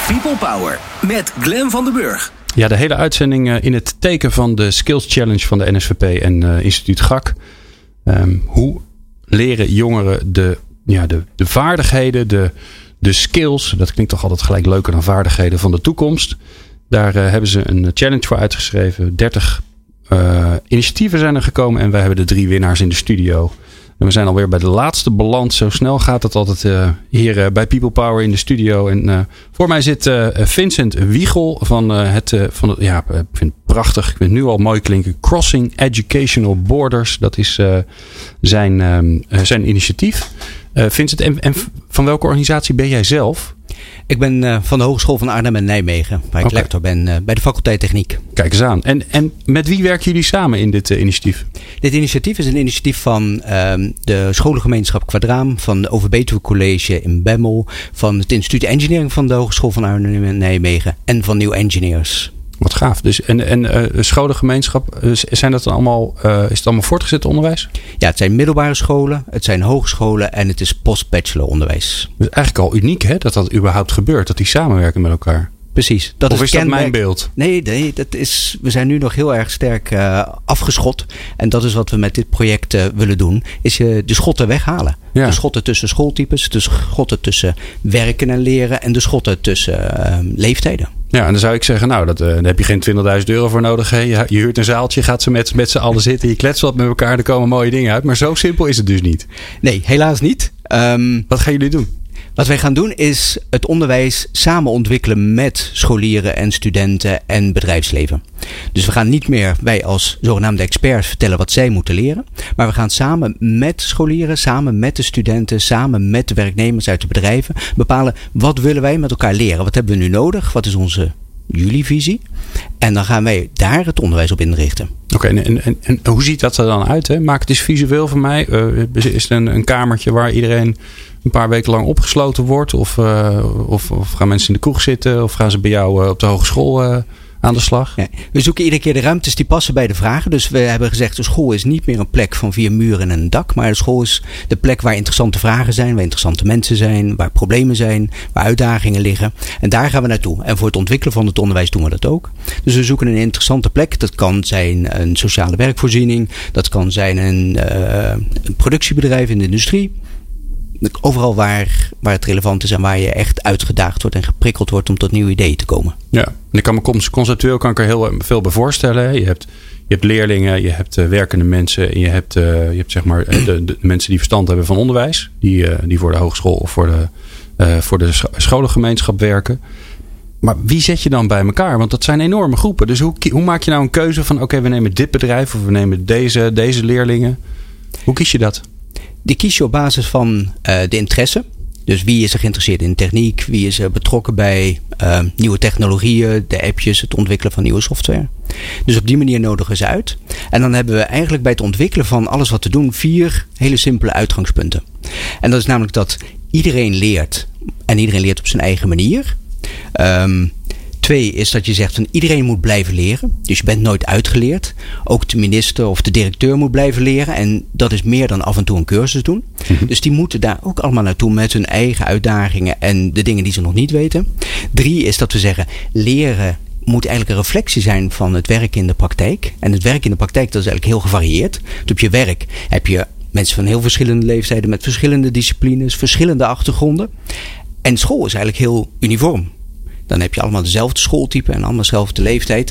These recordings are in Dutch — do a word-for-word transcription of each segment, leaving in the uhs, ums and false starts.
People Power met Glenn van den Burg. Ja, de hele uitzending in het teken van de Skills Challenge van de N S V P en uh, Instituut G A C. Um, hoe leren jongeren de, ja, de, de vaardigheden, de, de skills, dat klinkt toch altijd gelijk leuker dan vaardigheden, van de toekomst. Daar uh, hebben ze een challenge voor uitgeschreven. dertig uh, initiatieven zijn er gekomen en wij hebben de drie winnaars in de studio. En we zijn alweer bij de laatste balans. Zo snel gaat het altijd uh, hier uh, bij People Power in de studio. En uh, voor mij zit uh, Vincent Wiegel van uh, het, uh, van het, ja, ik vind het prachtig. Ik vind het nu al mooi klinken. Crossing Educational Borders. Dat is uh, zijn, um, uh, zijn initiatief. Uh, Vincent, en, en van welke organisatie ben jij zelf? Ik ben uh, van de Hogeschool van Arnhem en Nijmegen. Waar ik okay. lector ben uh, bij de faculteit Techniek. Kijk eens aan. En, en met wie werken jullie samen in dit uh, initiatief? Dit initiatief is een initiatief van uh, de scholengemeenschap Quadraam. Van de Overbetuwe College in Bemmel. Van het Instituut Engineering van de Hogeschool van Arnhem en Nijmegen. En van New Engineers. Wat gaaf. Dus en, en uh, scholengemeenschap, uh, zijn dat dan allemaal, uh, is het allemaal voortgezet onderwijs? Ja, het zijn middelbare scholen, het zijn hogescholen en het is post-bachelor onderwijs. Dus eigenlijk al uniek hè, dat dat überhaupt gebeurt, dat die samenwerken met elkaar. Precies. Dat of is, is dat mijn beeld? Nee, nee dat is, we zijn nu nog heel erg sterk uh, afgeschot. En dat is wat we met dit project uh, willen doen. Is uh, de schotten weghalen. Ja. De schotten tussen schooltypes. De schotten tussen werken en leren. En de schotten tussen uh, leeftijden. Ja, en dan zou ik zeggen, nou, dat, uh, daar heb je geen twintigduizend euro voor nodig. Hè? Je, je huurt een zaaltje, gaat ze met, met z'n allen zitten. Je kletst wat met elkaar, er komen mooie dingen uit. Maar zo simpel is het dus niet. Nee, helaas niet. Um, wat gaan jullie doen? Wat wij gaan doen is het onderwijs samen ontwikkelen met scholieren en studenten en bedrijfsleven. Dus we gaan niet meer, wij als zogenaamde experts, vertellen wat zij moeten leren. Maar we gaan samen met scholieren, samen met de studenten, samen met de werknemers uit de bedrijven bepalen wat willen wij met elkaar leren. Wat hebben we nu nodig? Wat is onze jullie visie? En dan gaan wij daar het onderwijs op inrichten. Oké, okay, en, en, en hoe ziet dat er dan uit? Hè? Maak het eens visueel voor mij. Uh, is het een, een kamertje waar iedereen een paar weken lang opgesloten wordt? Of, uh, of, of gaan mensen in de kroeg zitten? Of gaan ze bij jou uh, op de hogeschool uh, aan de slag? Ja, we zoeken iedere keer de ruimtes die passen bij de vragen. Dus we hebben gezegd, de school is niet meer een plek van vier muren en een dak. Maar de school is de plek waar interessante vragen zijn. Waar interessante mensen zijn. Waar problemen zijn. Waar uitdagingen liggen. En daar gaan we naartoe. En voor het ontwikkelen van het onderwijs doen we dat ook. Dus we zoeken een interessante plek. Dat kan zijn een sociale werkvoorziening. Dat kan zijn een, uh, een productiebedrijf in de industrie. Overal waar, waar het relevant is en waar je echt uitgedaagd wordt en geprikkeld wordt om tot nieuwe ideeën te komen. Ja, en ik kan me conceptueel kan ik er heel veel bij voorstellen. Je hebt, je hebt leerlingen, je hebt uh, werkende mensen en je hebt, uh, je hebt zeg maar de, de, de mensen die verstand hebben van onderwijs. Die, uh, die voor de hogeschool of voor de, uh, voor de scholengemeenschap werken. Maar wie zet je dan bij elkaar? Want dat zijn enorme groepen. Dus hoe, hoe maak je nou een keuze van oké, okay, we nemen dit bedrijf of we nemen deze, deze leerlingen. Hoe kies je dat? Die kies je op basis van uh, de interesse. Dus wie is er geïnteresseerd in techniek? Wie is er betrokken bij uh, nieuwe technologieën, de appjes, het ontwikkelen van nieuwe software? Dus op die manier nodigen we ze uit. En dan hebben we eigenlijk bij het ontwikkelen van alles wat we doen vier hele simpele uitgangspunten. En dat is namelijk dat iedereen leert. En iedereen leert op zijn eigen manier. Um, Twee is dat je zegt van iedereen moet blijven leren. Dus je bent nooit uitgeleerd. Ook de minister of de directeur moet blijven leren. En dat is meer dan af en toe een cursus doen. Mm-hmm. Dus die moeten daar ook allemaal naartoe met hun eigen uitdagingen en de dingen die ze nog niet weten. Drie is dat we zeggen leren moet eigenlijk een reflectie zijn van het werk in de praktijk. En het werk in de praktijk dat is eigenlijk heel gevarieerd. Dus op je werk heb je mensen van heel verschillende leeftijden met verschillende disciplines, verschillende achtergronden. En school is eigenlijk heel uniform. Dan heb je allemaal dezelfde schooltype en allemaal dezelfde leeftijd.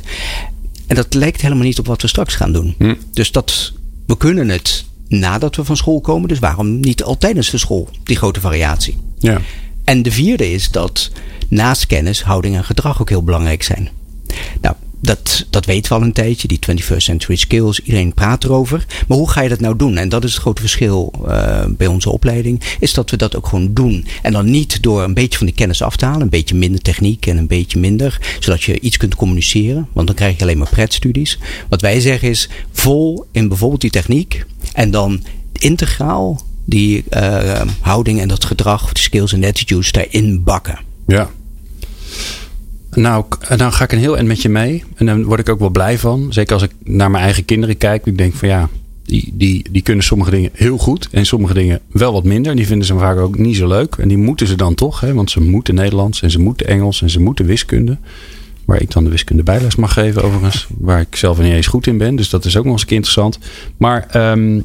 En dat lijkt helemaal niet op wat we straks gaan doen. Hm. Dus dat, we kunnen het nadat we van school komen. Dus waarom niet al tijdens de school die grote variatie? Ja. En de vierde is dat naast kennis, houding en gedrag ook heel belangrijk zijn. Nou, dat, dat weten we al een tijdje. Die twenty-first century skills. Iedereen praat erover. Maar hoe ga je dat nou doen? En dat is het grote verschil uh, bij onze opleiding. Is dat we dat ook gewoon doen. En dan niet door een beetje van die kennis af te halen. Een beetje minder techniek en een beetje minder. Zodat je iets kunt communiceren. Want dan krijg je alleen maar pretstudies. Wat wij zeggen is vol in bijvoorbeeld die techniek. En dan integraal die uh, houding en dat gedrag. De skills en attitudes daarin bakken. Ja. Nou, dan ga ik een heel eind met je mee. En dan word ik ook wel blij van. Zeker als ik naar mijn eigen kinderen kijk. Ik denk van ja, die, die, die kunnen sommige dingen heel goed. En sommige dingen wel wat minder. En die vinden ze vaak ook niet zo leuk. En die moeten ze dan toch. Hè, want ze moeten Nederlands. En ze moeten Engels. En ze moeten wiskunde. Waar ik dan de wiskunde bijles mag geven overigens. Waar ik zelf niet eens goed in ben. Dus dat is ook nog eens een keer interessant. Maar um, uh,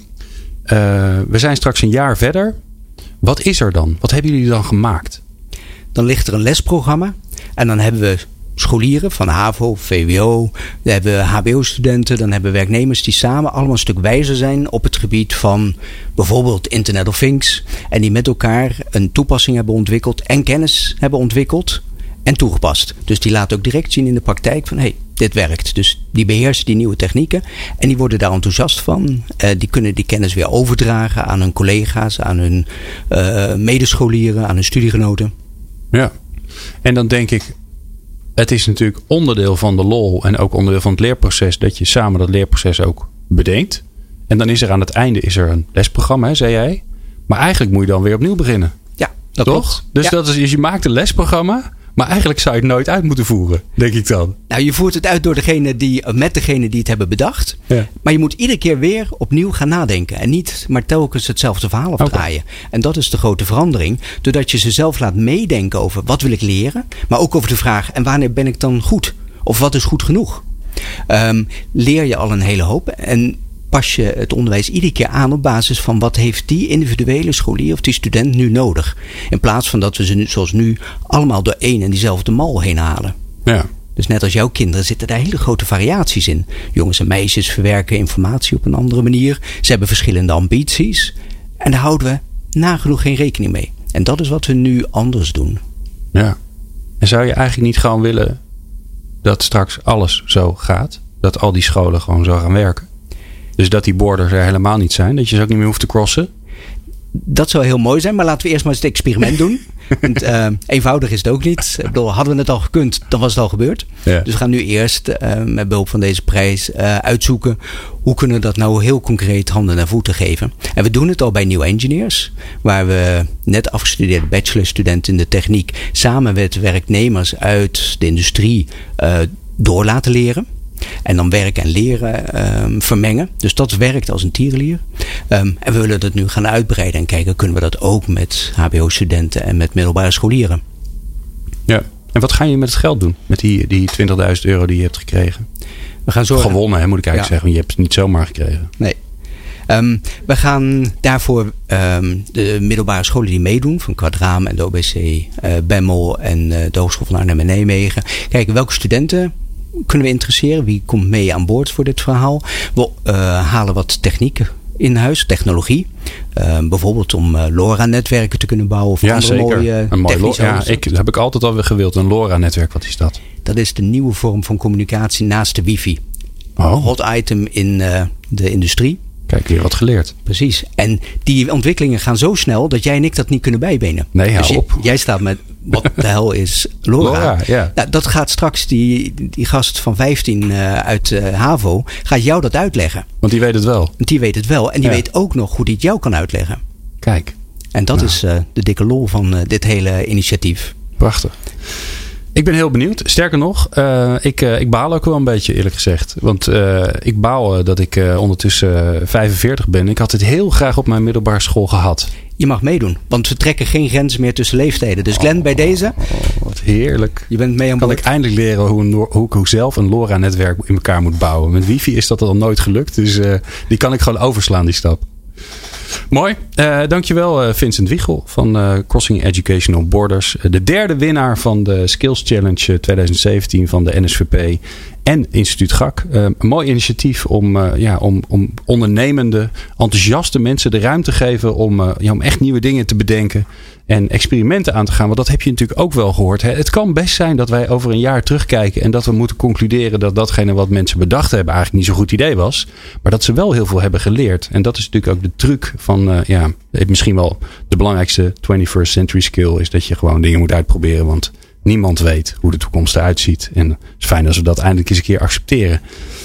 we zijn straks een jaar verder. Wat is er dan? Wat hebben jullie dan gemaakt? Dan ligt er een lesprogramma. En dan hebben we scholieren van HAVO, V W O. Dan hebben we H B O-studenten. Dan hebben we werknemers die samen allemaal een stuk wijzer zijn op het gebied van bijvoorbeeld Internet of Things. En die met elkaar een toepassing hebben ontwikkeld en kennis hebben ontwikkeld en toegepast. Dus die laten ook direct zien in de praktijk van hé, hey, dit werkt. Dus die beheersen die nieuwe technieken en die worden daar enthousiast van. Uh, die kunnen die kennis weer overdragen aan hun collega's, aan hun uh, medescholieren, aan hun studiegenoten. Ja, en dan denk ik, het is natuurlijk onderdeel van de lol en ook onderdeel van het leerproces dat je samen dat leerproces ook bedenkt. En dan is er aan het einde is er een lesprogramma, hè, zei jij. Maar eigenlijk moet je dan weer opnieuw beginnen. Ja, dat toch? klopt. Dus, ja. dat is, dus je maakt een lesprogramma, maar eigenlijk zou je het nooit uit moeten voeren, denk ik dan. Nou, je voert het uit door degene die, met degene die het hebben bedacht. Ja. Maar je moet iedere keer weer opnieuw gaan nadenken. En niet maar telkens hetzelfde verhaal afdraaien. Okay. En dat is de grote verandering. Doordat je ze zelf laat meedenken over wat wil ik leren. Maar ook over de vraag, en wanneer ben ik dan goed? Of wat is goed genoeg? Um, leer je al een hele hoop. En pas je het onderwijs iedere keer aan op basis van wat heeft die individuele scholier of die student nu nodig. In plaats van dat we ze nu, zoals nu allemaal door één en diezelfde mal heen halen. Ja. Dus net als jouw kinderen zitten daar hele grote variaties in. Jongens en meisjes verwerken informatie op een andere manier. Ze hebben verschillende ambities. En daar houden we nagenoeg geen rekening mee. En dat is wat we nu anders doen. Ja. En zou je eigenlijk niet gewoon willen dat straks alles zo gaat? Dat al die scholen gewoon zo gaan werken? Dus dat die borders er helemaal niet zijn? Dat je ze ook niet meer hoeft te crossen? Dat zou heel mooi zijn, maar laten we eerst maar eens het experiment doen. Want, uh, eenvoudig is het ook niet. Ik bedoel, hadden we het al gekund, dan was het al gebeurd. Ja. Dus we gaan nu eerst uh, met behulp van deze prijs uh, uitzoeken hoe kunnen we dat nou heel concreet handen en voeten geven. En we doen het al bij New Engineers, waar we net afgestudeerde bachelorstudenten in de techniek samen met werknemers uit de industrie uh, door laten leren. En dan werken en leren um, vermengen. Dus dat werkt als een tierenlier. Um, en we willen dat nu gaan uitbreiden en kijken, kunnen we dat ook met H B O-studenten en met middelbare scholieren. Ja, en wat ga je met het geld doen? Met die, die twintigduizend euro die je hebt gekregen? We gaan zorgen. Gewonnen, hè, moet ik eigenlijk ja. zeggen. Want je hebt het niet zomaar gekregen. Nee. Um, we gaan daarvoor um, de middelbare scholen die meedoen, van Quadraam en de O B C, uh, Bemmel en uh, de Hogeschool van Arnhem en Nijmegen, kijken welke studenten kunnen we interesseren. Wie komt mee aan boord voor dit verhaal? We uh, halen wat technieken in huis, technologie. Uh, bijvoorbeeld om uh, LoRa-netwerken te kunnen bouwen. Of ja, andere zeker. mooie een mooi technische ja, ik, dat heb ik altijd al gewild. Een LoRa-netwerk, wat is dat? Dat is de nieuwe vorm van communicatie naast de wifi. Oh. Een hot item in uh, de industrie. Kijk, weer wat geleerd. Precies. En die ontwikkelingen gaan zo snel dat jij en ik dat niet kunnen bijbenen. Nee, hou dus op. J- jij staat met, wat de hel is LoRa? LoRa, ja. Nou, dat gaat straks, die, die gast van vijftien uh, uit uh, HAVO, gaat jou dat uitleggen. Want die weet het wel. Want die weet het wel. En die ja. weet ook nog hoe die het jou kan uitleggen. Kijk. En dat nou. is uh, de dikke lol van uh, dit hele initiatief. Prachtig. Ik ben heel benieuwd. Sterker nog, uh, ik, uh, ik baal ook wel een beetje, eerlijk gezegd. Want uh, ik baal uh, dat ik uh, ondertussen uh, vijfenveertig ben. Ik had het heel graag op mijn middelbare school gehad. Je mag meedoen, want we trekken geen grenzen meer tussen leeftijden. Dus Glenn, oh, bij deze. Oh, wat heerlijk. Je bent mee aan boord. Kan ik eindelijk leren hoe, een, hoe ik hoe zelf een LoRa-netwerk in elkaar moet bouwen. Met wifi is dat al nooit gelukt. Dus uh, die kan ik gewoon overslaan, die stap. Mooi. Uh, dankjewel uh, Vincent Wiegel van uh, Crossing Educational Borders. Uh, de derde winnaar van de Skills Challenge twintig zeventien van de N S V P en Instituut G A C. Uh, een mooi initiatief om, uh, ja, om, om ondernemende, enthousiaste mensen de ruimte te geven om, uh, ja, om echt nieuwe dingen te bedenken en experimenten aan te gaan. Want dat heb je natuurlijk ook wel gehoord. Hè? Het kan best zijn dat wij over een jaar terugkijken en dat we moeten concluderen dat datgene wat mensen bedacht hebben eigenlijk niet zo'n goed idee was. Maar dat ze wel heel veel hebben geleerd. En dat is natuurlijk ook de truc van, uh, ja, misschien wel de belangrijkste twenty-first century skill is dat je gewoon dingen moet uitproberen. Want niemand weet hoe de toekomst eruit ziet. En het is fijn als we dat eindelijk eens een keer accepteren.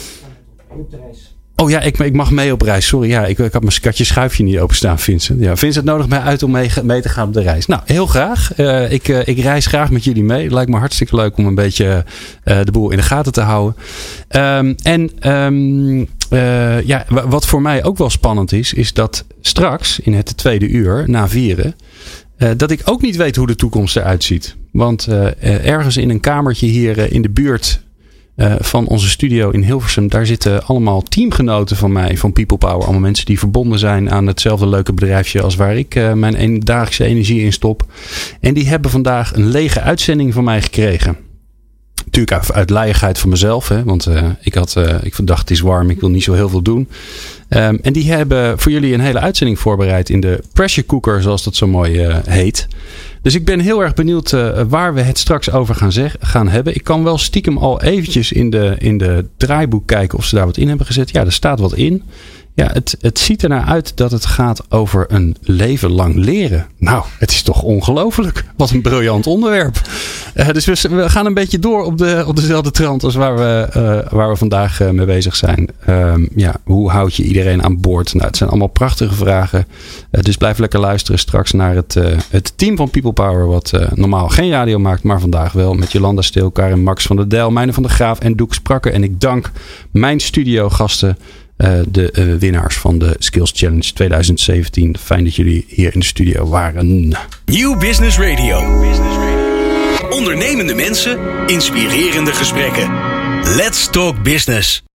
Oh ja, ik, ik mag mee op reis. Sorry, ja, ik, ik had mijn skatje schuifje niet openstaan, Vincent. Ja, Vincent nodigt mij uit om mee, mee te gaan op de reis. Nou, heel graag. Uh, ik, uh, ik reis graag met jullie mee. Het lijkt me hartstikke leuk om een beetje uh, de boel in de gaten te houden. Um, en um, Uh, ja, wat voor mij ook wel spannend is, is dat straks in het tweede uur na vieren, uh, dat ik ook niet weet hoe de toekomst eruit ziet. Want uh, ergens in een kamertje hier uh, in de buurt uh, van onze studio in Hilversum, daar zitten allemaal teamgenoten van mij, van People Power. Allemaal mensen die verbonden zijn aan hetzelfde leuke bedrijfje als waar ik uh, mijn een, dagelijkse energie in stop. En die hebben vandaag een lege uitzending van mij gekregen. Natuurlijk uit luiigheid van mezelf. Hè, want uh, ik, had, uh, ik dacht het is warm. Ik wil niet zo heel veel doen. Um, en die hebben voor jullie een hele uitzending voorbereid. In de pressure cooker. Zoals dat zo mooi uh, heet. Dus ik ben heel erg benieuwd uh, waar we het straks over gaan, zeg, gaan hebben. Ik kan wel stiekem al eventjes in de, in de draaiboek kijken. Of ze daar wat in hebben gezet. Ja, er staat wat in. Ja, het, het ziet ernaar uit dat het gaat over een leven lang leren. Nou, het is toch ongelooflijk. Wat een briljant onderwerp. Uh, dus we, we gaan een beetje door op, de, op dezelfde trant als waar we, uh, waar we vandaag uh, mee bezig zijn. Um, ja, hoe houd je iedereen aan boord? Nou, het zijn allemaal prachtige vragen. Uh, dus blijf lekker luisteren straks naar het, uh, het team van People Power. Wat uh, normaal geen radio maakt, maar vandaag wel. Met Jolanda Steel, Karin Max van der Dijl, Mijne van der Graaf en Doek Sprakke. En ik dank mijn studiogasten. Uh, de uh, winnaars van de Skills Challenge twintig zeventien. Fijn dat jullie hier in de studio waren. Nieuw Business Radio. Ondernemende mensen, inspirerende gesprekken. Let's talk business.